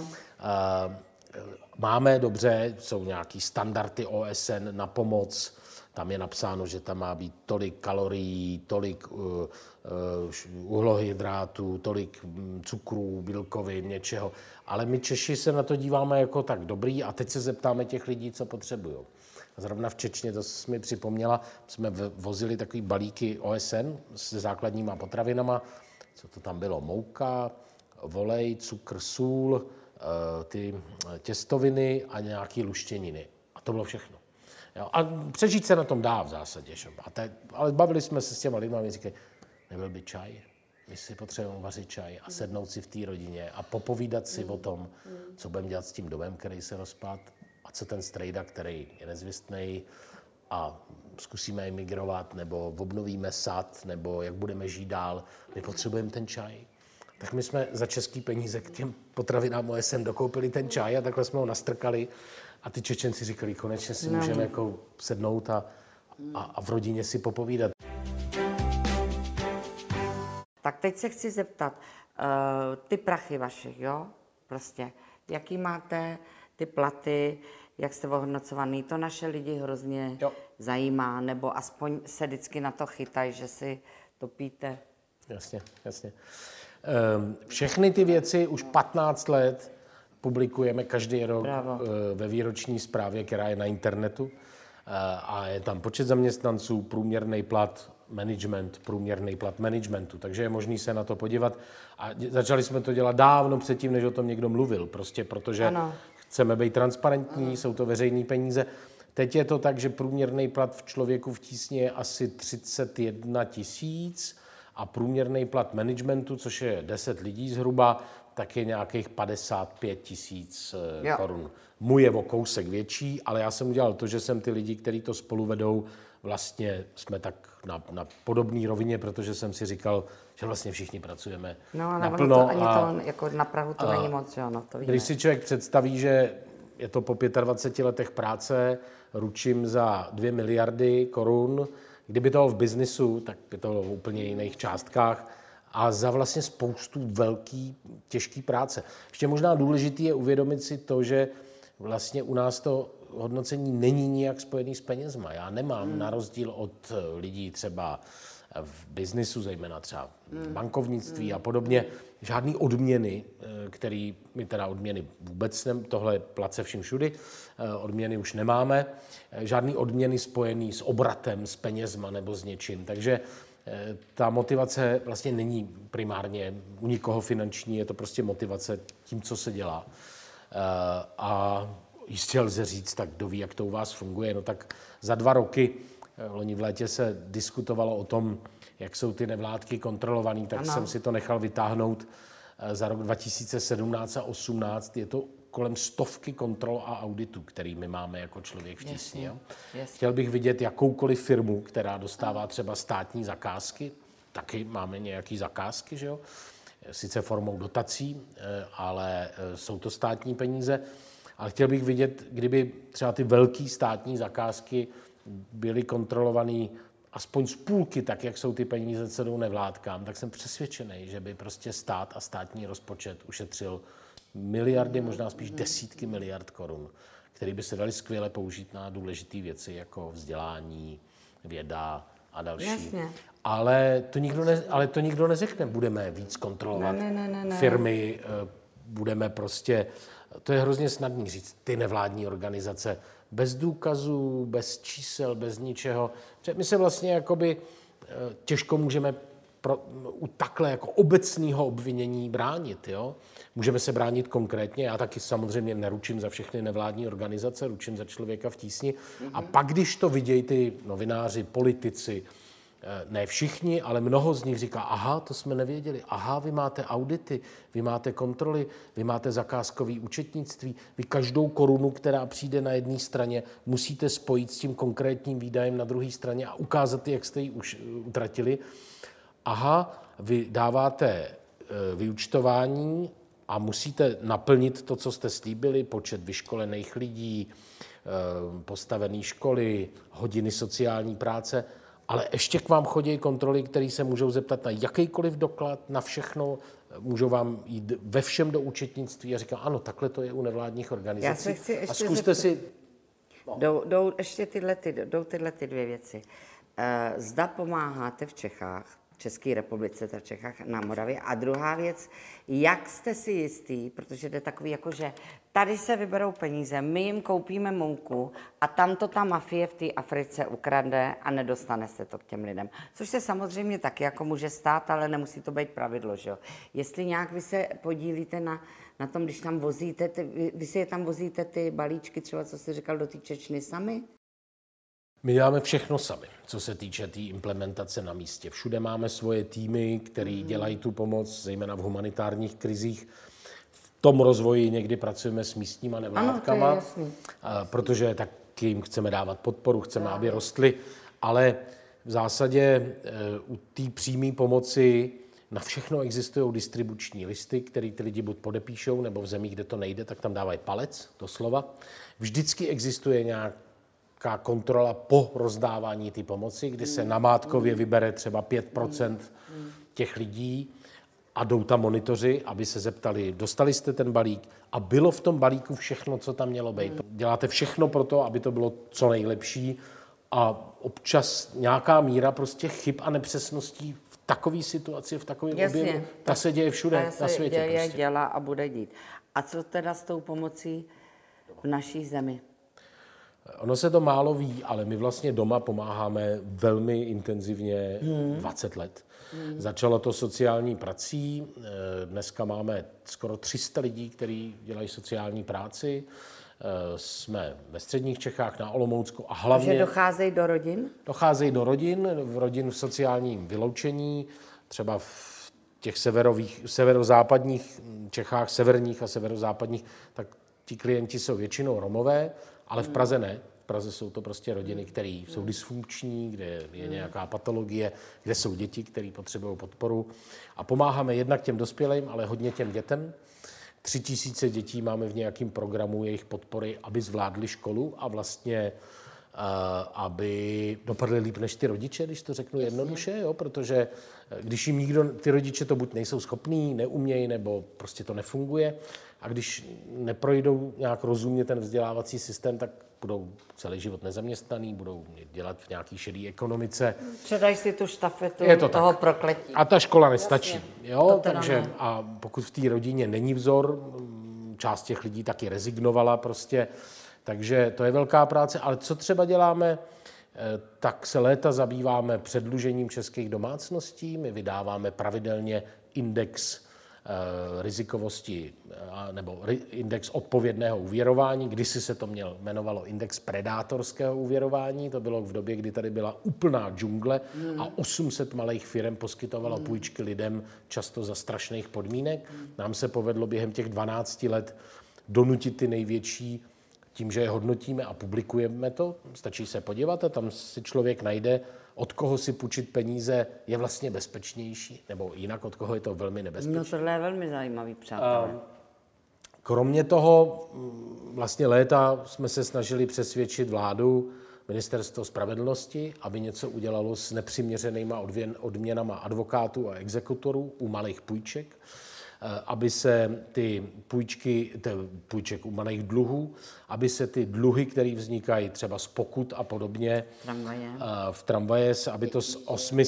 [SPEAKER 7] Máme dobře, jsou nějaký standardy OSN na pomoc, tam je napsáno, že tam má být tolik kalorií, tolik uhlohydrátů, tolik cukrů, bílkovin, něčeho. Ale my Češi se na to díváme jako tak dobrý a teď se zeptáme těch lidí, co potřebují. Zrovna v Čečně, to jsi mi připomněla, jsme vozili takový balíky OSN se základníma potravinama, co to tam bylo, mouka, volej, cukr, sůl, ty těstoviny a nějaký luštěniny. A to bylo všechno. Jo? A přežít se na tom dá v zásadě. Že? Ale bavili jsme se s těma lidmi a mi říkají, nebyl by čaj? My si potřebujeme vařit čaj a sednout si v té rodině a popovídat si o tom, co budeme dělat s tím domem, který se rozpad, a co ten strejda, který je nezvěstnej, a zkusíme emigrovat, nebo obnovíme sad, nebo jak budeme žít dál. My potřebujeme ten čaj. Tak my jsme za český peníze k těm potravinám OSN dokoupili ten čaj a takhle jsme ho nastrkali. A ty Čečenci říkali, konečně si můžeme jako sednout a v rodině si popovídat.
[SPEAKER 6] Tak teď se chci zeptat, ty prachy vašich, jo? Prostě, jaký máte ty platy, jak jste ohodnocovaný, to naše lidi hrozně zajímá, nebo aspoň se vždycky na to chytají, že si topíte.
[SPEAKER 7] Jasně. Všechny ty věci už 15 let publikujeme každý rok ve výroční zprávě, která je na internetu. A je tam počet zaměstnanců, průměrný plat management, průměrný plat managementu. Takže je možný se na to podívat. A začali jsme to dělat dávno předtím, než o tom někdo mluvil. Prostě protože chceme být transparentní, jsou to veřejné peníze. Teď je to tak, že průměrný plat v Člověku v tísni je asi 31 000 a průměrný plat managementu, což je 10 lidí zhruba, tak je nějakých 55 000 korun. Můj je o kousek větší, ale já jsem udělal to, že jsem ty lidi, kteří to spolu vedou, vlastně jsme tak na podobné rovině, protože jsem si říkal, že vlastně všichni pracujeme naplno.
[SPEAKER 6] To ani to jako na Prahu to není moc, jo, no, to víme.
[SPEAKER 7] Když si člověk představí, že je to po 25 letech práce, ručím za 2 miliardy korun, kdyby to bylo v biznisu, tak by to bylo v úplně jiných částkách a za vlastně spoustu velký, těžký práce. Ještě možná důležitý je uvědomit si to, že vlastně u nás to hodnocení není nijak spojený s penězma. Já nemám, na rozdíl od lidí třeba v biznisu, zejména třeba v bankovnictví a podobně, žádný odměny, který my teda odměny vůbec tohle je place všim všudy, odměny už nemáme, žádný odměny spojený s obratem, s penězma nebo s něčím. Takže ta motivace vlastně není primárně u nikoho finanční, je to prostě motivace tím, co se dělá. A jistě lze říct, tak kdo ví, jak to u vás funguje, no tak za 2 roky, loni v létě se diskutovalo o tom, jak jsou ty nevládky kontrolovaný, tak jsem si to nechal vytáhnout za rok 2017 a 2018. Je to kolem 100 kontrol a auditů, který my máme jako Člověk v tísni. Chtěl bych vidět jakoukoliv firmu, která dostává třeba státní zakázky, taky máme nějaké zakázky, že jo? Sice formou dotací, ale jsou to státní peníze. Ale chtěl bych vidět, kdyby třeba ty velké státní zakázky byly kontrolované aspoň z půlky, tak jak jsou ty peníze celou nevládkám, tak jsem přesvědčený, že by prostě stát a státní rozpočet ušetřil miliardy, možná spíš desítky miliard korun, které by se daly skvěle použít na důležité věci, jako vzdělání, věda a další.
[SPEAKER 6] Jasně.
[SPEAKER 7] Ale to nikdo neřekne. Budeme víc kontrolovat firmy, budeme prostě... To je hrozně snadný říct, ty nevládní organizace, bez důkazů, bez čísel, bez ničeho. My se vlastně jakoby těžko můžeme u takhle jako obecného obvinění bránit. Jo? Můžeme se bránit konkrétně, já taky samozřejmě neručím za všechny nevládní organizace, ručím za Člověka v tísni. A pak, když to vidějí ty novináři, politici, ne všichni, ale mnoho z nich říká, aha, to jsme nevěděli, aha, vy máte audity, vy máte kontroly, vy máte zakázkové účetnictví, vy každou korunu, která přijde na jedné straně, musíte spojit s tím konkrétním výdajem na druhé straně a ukázat, jak jste ji už utratili. Aha, vy dáváte vyúčtování a musíte naplnit to, co jste slíbili, počet vyškolených lidí, postavené školy, hodiny sociální práce, ale ještě k vám chodí kontroly, které se můžou zeptat na jakýkoliv doklad, na všechno, můžou vám jít ve všem do účetnictví a říká, ano, takhle to je u nevládních organizací.
[SPEAKER 6] Já se chci ještě
[SPEAKER 7] a zkuste si...
[SPEAKER 6] No. Jdou ještě tyhle 2 věci. Zda pomáháte v Čechách, v České republice, v Čechách, na Moravě. A druhá věc, jak jste si jistý, protože to je takový jako, že tady se vyberou peníze, my jim koupíme mouku a tam to ta mafie v té Africe ukradne a nedostane se to k těm lidem. Což se samozřejmě taky jako může stát, ale nemusí to být pravidlo, že jo. Jestli nějak vy se podílíte na tom, když tam vozíte, vy si je tam vozíte ty balíčky, třeba co jsi říkal, do té Čečny sami?
[SPEAKER 7] My děláme všechno sami, co se týče té implementace na místě. Všude máme svoje týmy, které dělají tu pomoc, zejména v humanitárních krizích. V tom rozvoji někdy pracujeme s místníma nevládkama,
[SPEAKER 6] ano, to je jasný.
[SPEAKER 7] Protože taky jim chceme dávat podporu, chceme, aby rostly, ale v zásadě u té přímé pomoci na všechno existují distribuční listy, které ty lidi buď podepíšou, nebo v zemích, kde to nejde, tak tam dávají palec, doslova. Vždycky existuje nějaká kontrola po rozdávání té pomoci, kdy se namátkově vybere třeba 5% těch lidí a jdou tam monitoři, aby se zeptali, dostali jste ten balík a bylo v tom balíku všechno, co tam mělo být. Děláte všechno pro to, aby to bylo co nejlepší a občas nějaká míra prostě chyb a nepřesností v takové situaci, v takovém objemu, ta se děje všude na světě.
[SPEAKER 6] Děje, dělá a bude dít. A co teda s tou pomocí v naší zemi?
[SPEAKER 7] Ono se to málo ví, ale my vlastně doma pomáháme velmi intenzivně 20 let. Začalo to sociální prací, dneska máme skoro 300 lidí, kteří dělají sociální práci. Jsme ve středních Čechách, na Olomoucku a hlavně...
[SPEAKER 6] Že docházejí do rodin?
[SPEAKER 7] Docházejí do rodin v sociálním vyloučení, třeba v těch severozápadních Čechách, severních a severozápadních, tak ti klienti jsou většinou Romové, ale v Praze ne. V Praze jsou to prostě rodiny, které jsou dysfunkční, kde je nějaká patologie, kde jsou děti, které potřebují podporu. A pomáháme jednak těm dospělým, ale hodně těm dětem. 3000 dětí máme v nějakém programu jejich podpory, aby zvládli školu a vlastně aby dopadli líp než ty rodiče, když to řeknu jednoduše, jo? Protože když jim ty rodiče to buď nejsou schopní, neumějí, nebo prostě to nefunguje a když neprojdou nějak rozumně ten vzdělávací systém, tak budou celý život nezaměstnaný, budou dělat v nějaký šedý ekonomice.
[SPEAKER 6] Předaj si tu štafetu toho prokletí.
[SPEAKER 7] A ta škola nestačí. Jo? Takže a pokud v té rodině není vzor, část těch lidí taky rezignovala prostě, takže to je velká práce. Ale co třeba děláme, tak se léta zabýváme předlužením českých domácností. My vydáváme pravidelně index rizikovosti nebo index odpovědného úvěrování. Kdysi se to jmenovalo index predátorského úvěrování. To bylo v době, kdy tady byla úplná džungle a 800 malých firem poskytovalo půjčky lidem často za strašných podmínek. Nám se povedlo během těch 12 let donutit ty největší tím, že je hodnotíme a publikujeme to. Stačí se podívat a tam si člověk najde, od koho si půjčit peníze je vlastně bezpečnější, nebo jinak od koho je to velmi nebezpečné.
[SPEAKER 6] No tohle je velmi zajímavý, přátelé.
[SPEAKER 7] Kromě toho vlastně léta jsme se snažili přesvědčit vládu, Ministerstvo spravedlnosti, aby něco udělalo s nepřiměřenýma odměnama advokátů a exekutorů u malých půjček, aby se ty půjček u malých dluhů, aby se ty dluhy, které vznikají třeba z pokut a podobně, v tramvaje, aby to z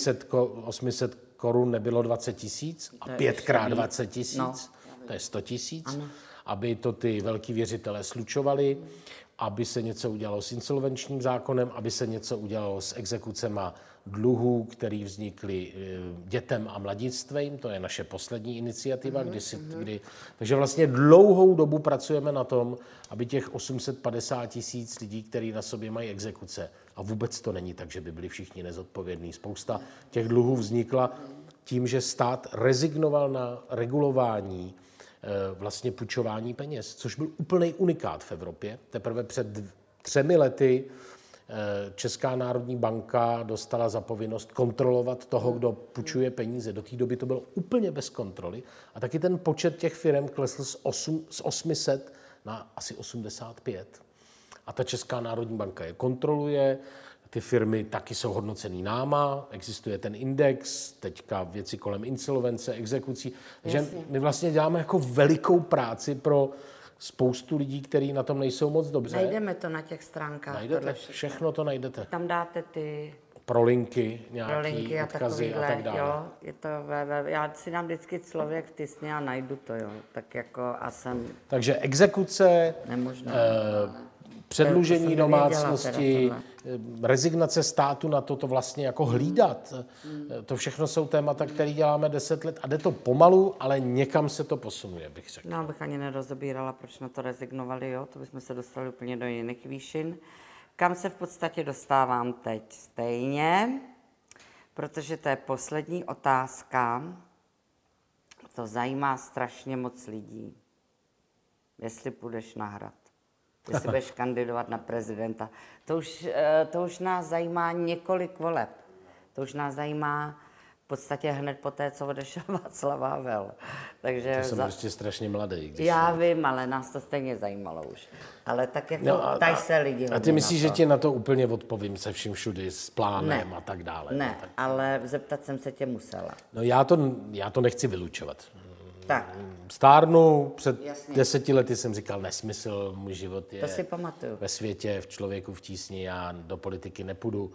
[SPEAKER 7] 800 korun nebylo 20 000 a 5x 20 000, to je 100 000, aby to ty velký věřitelé slučovali, aby se něco udělalo s insolvenčním zákonem, aby se něco udělalo s exekucema dluhů, které vznikly dětem a mladistvým. To je naše poslední iniciativa. Takže vlastně dlouhou dobu pracujeme na tom, aby těch 850 000 lidí, kteří na sobě mají exekuce, a vůbec to není tak, že by byli všichni nezodpovědní. Spousta těch dluhů vznikla tím, že stát rezignoval na regulování vlastně půjčování peněz, což byl úplný unikát v Evropě. Teprve před 3 lety Česká národní banka dostala za povinnost kontrolovat toho, kdo půjčuje peníze. Do té doby to bylo úplně bez kontroly a taky ten počet těch firem klesl z 800 na asi 85. A ta Česká národní banka je kontroluje, ty firmy taky jsou hodnocený náma, existuje ten index, teďka věci kolem insolvence, exekucí. Takže my vlastně děláme jako velikou práci pro spoustu lidí, kteří na tom nejsou moc dobře.
[SPEAKER 6] Najdeme to na těch stránkách.
[SPEAKER 7] Najdete, všechno to najdete.
[SPEAKER 6] Tam dáte ty
[SPEAKER 7] prolinky, nějaký odkazy a tak dále.
[SPEAKER 6] Jo, je to já si dám vždycky člověk vtisně a najdu to, jo. Tak jako a jsem...
[SPEAKER 7] Takže exekuce, předlužení domácnosti, rezignace státu na to vlastně jako hlídat. To všechno jsou témata, které děláme 10 let a jde to pomalu, ale někam se to posunuje, bych řekl.
[SPEAKER 6] No, bych ani nerozebírala, proč na to rezignovali, jo, to bychom se dostali úplně do jiných výšin. Kam se v podstatě dostávám teď stejně, protože to je poslední otázka, to zajímá strašně moc lidí, jestli půjdeš na Hrad. Jestli budeš kandidovat na prezidenta. To už nás zajímá několik voleb. To už nás zajímá v podstatě hned po té, co odešel Václav Havel. Takže
[SPEAKER 7] to jsem prostě strašně mladý.
[SPEAKER 6] Já vím, ale nás to stejně zajímalo už. Ale tak jako ptají se lidi.
[SPEAKER 7] A ty myslíš, že ti na to úplně odpovím se vším všudy, s plánem a tak dále?
[SPEAKER 6] Ne, tak. Ale zeptat jsem se tě musela.
[SPEAKER 7] No já to nechci vylučovat.
[SPEAKER 6] Tak.
[SPEAKER 7] Stárnu, před 10 lety jsem říkal, nesmysl, můj život je
[SPEAKER 6] to si pamatuju.
[SPEAKER 7] Ve světě, v člověku v tísni, já do politiky nepůjdu.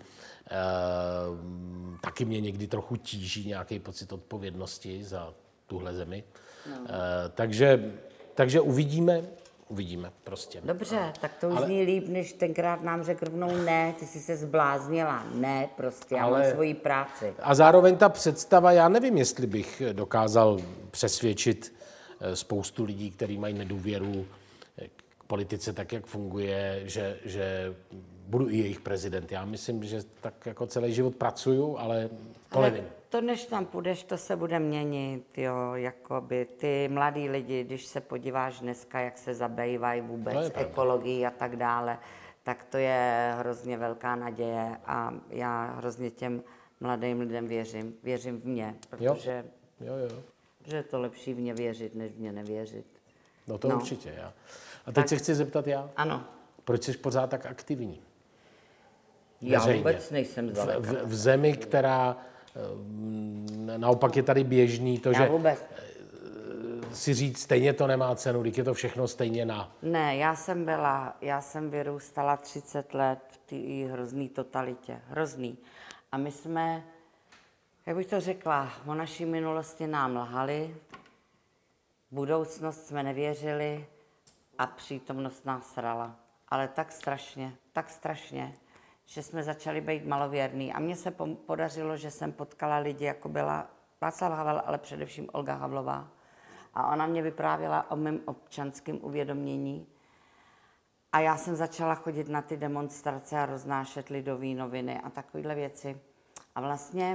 [SPEAKER 7] Taky mě někdy trochu tíží nějaký pocit odpovědnosti za tuhle zemi. No. Takže Takže uvidíme prostě.
[SPEAKER 6] Dobře, tak to už zní líp, než tenkrát nám řekl rovnou ne, ty jsi se zbláznila. Ne, prostě, já mám svoji práci.
[SPEAKER 7] A zároveň ta představa, já nevím, jestli bych dokázal přesvědčit spoustu lidí, kteří mají nedůvěru k politice tak, jak funguje, že budu i jejich prezident. Já myslím, že tak jako celý život pracuju, ale to nevím.
[SPEAKER 6] To, než tam půjdeš, to se bude měnit, jo, jakoby ty mladí lidi, když se podíváš dneska, jak se zabývají vůbec ekologií a tak dále, tak to je hrozně velká naděje a já hrozně těm mladým lidem věřím v ně, protože že je to lepší v ně věřit, než v ně nevěřit.
[SPEAKER 7] No to určitě, já. A teď se chci zeptat já.
[SPEAKER 6] Ano.
[SPEAKER 7] Proč jsi pořád tak aktivní?
[SPEAKER 6] Já vůbec nejsem zdaleka.
[SPEAKER 7] V zemi, která naopak je tady běžný to, že si říct, stejně to nemá cenu, když je to všechno stejně na...
[SPEAKER 6] Ne, já jsem vyrůstala 30 let v té hrozný totalitě, hrozný. A my jsme, jak bych to řekla, o naší minulosti nám lhali, budoucnost jsme nevěřili a přítomnost nás srala. Ale tak strašně, že jsme začali být malověrní. A mně se podařilo, že jsem potkala lidi, jako byla Václav Havel, ale především Olga Havlová. A ona mě vyprávěla o mém občanském uvědomění. A já jsem začala chodit na ty demonstrace a roznášet lidové noviny a takovéhle věci. A vlastně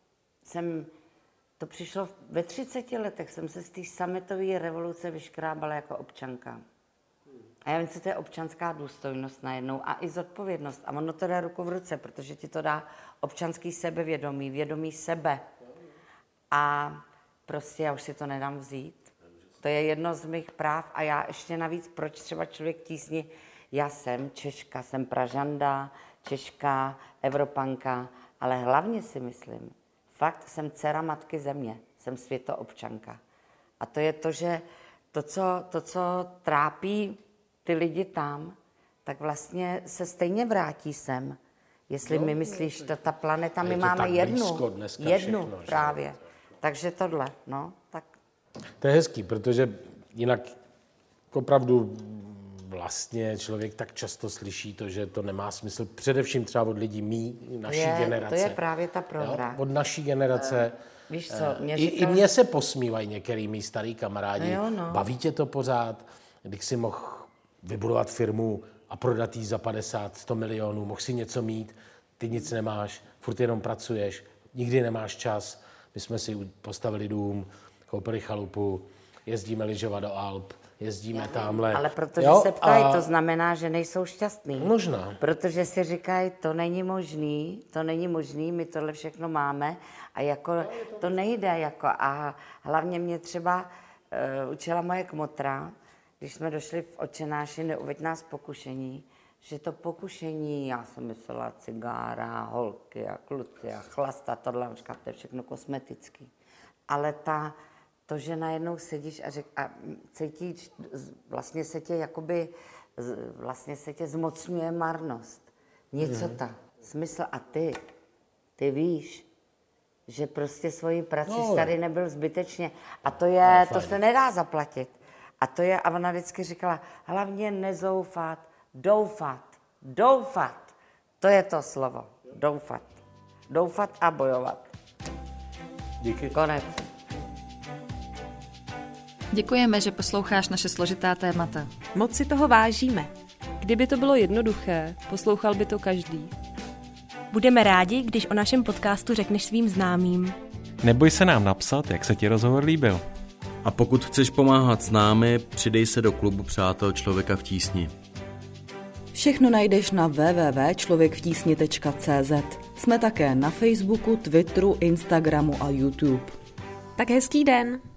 [SPEAKER 6] to přišlo ve 30 letech, jsem se z té sametové revoluce vyškrábala jako občanka. A já vím, co to je občanská důstojnost najednou a i zodpovědnost. A ono to dá ruku v ruce, protože ti to dá občanský sebevědomí, vědomí sebe. A prostě já už si to nedám vzít. To je jedno z mých práv a já ještě navíc, proč třeba člověk tísni, já jsem Češka, jsem Pražanda, Češka, Evropanka, ale hlavně si myslím, fakt jsem dcera matky země, jsem světoobčanka. A to je to, že to, co trápí ty lidi tam, tak vlastně se stejně vrátí sem. Jestli mi myslíš, ta planeta, my máme jednu všechno, právě. Že? Takže tohle, tak.
[SPEAKER 7] To je hezký, protože jinak opravdu vlastně člověk tak často slyší to, že to nemá smysl, především třeba od lidí naší generace.
[SPEAKER 6] To je právě ta prohra.
[SPEAKER 7] Od naší generace.
[SPEAKER 6] Víš co,
[SPEAKER 7] I mě se posmívají některý mý starý kamarádi. Baví tě to pořád, když si mohl vybudovat firmu a prodat jí za 50-100 milionů, mohl si něco mít, ty nic nemáš, furt jenom pracuješ, nikdy nemáš čas. My jsme si postavili dům, koupili chalupu, jezdíme lyžovat do Alp, jezdíme tamhle.
[SPEAKER 6] Ale protože se ptají, to znamená, že nejsou šťastný.
[SPEAKER 7] Možná.
[SPEAKER 6] Protože si říkají, to není možný, my tohle všechno máme a jako to nejde. Jako, a hlavně mě třeba učila moje kmotra, když jsme došli v Otčenáši, neuveď nás pokušení, že to pokušení, já jsem myslela cigára, holky a kluci a chlasta, tohle, to je všechno kosmetický. Ale to, že najednou sedíš a cítíš, vlastně se tě zmocňuje marnost. Něco smysl a ty víš, že prostě svojí prací tady nebyl zbytečně. A to se nedá zaplatit. A ona vždycky říkala, hlavně nezoufat, doufat. To je to slovo, doufat. Doufat a bojovat.
[SPEAKER 7] Díky.
[SPEAKER 6] Konec.
[SPEAKER 4] Děkujeme, že posloucháš naše složitá témata.
[SPEAKER 3] Moc si toho vážíme. Kdyby to bylo jednoduché, poslouchal by to každý.
[SPEAKER 8] Budeme rádi, když o našem podcastu řekneš svým známým.
[SPEAKER 5] Neboj se nám napsat, jak se ti rozhovor líbil.
[SPEAKER 2] A pokud chceš pomáhat s námi, přidej se do klubu Přátel Člověka v tísni.
[SPEAKER 1] Všechno najdeš na www.člověkvtísni.cz. Jsme také na Facebooku, Twitteru, Instagramu a YouTube.
[SPEAKER 8] Tak hezký den!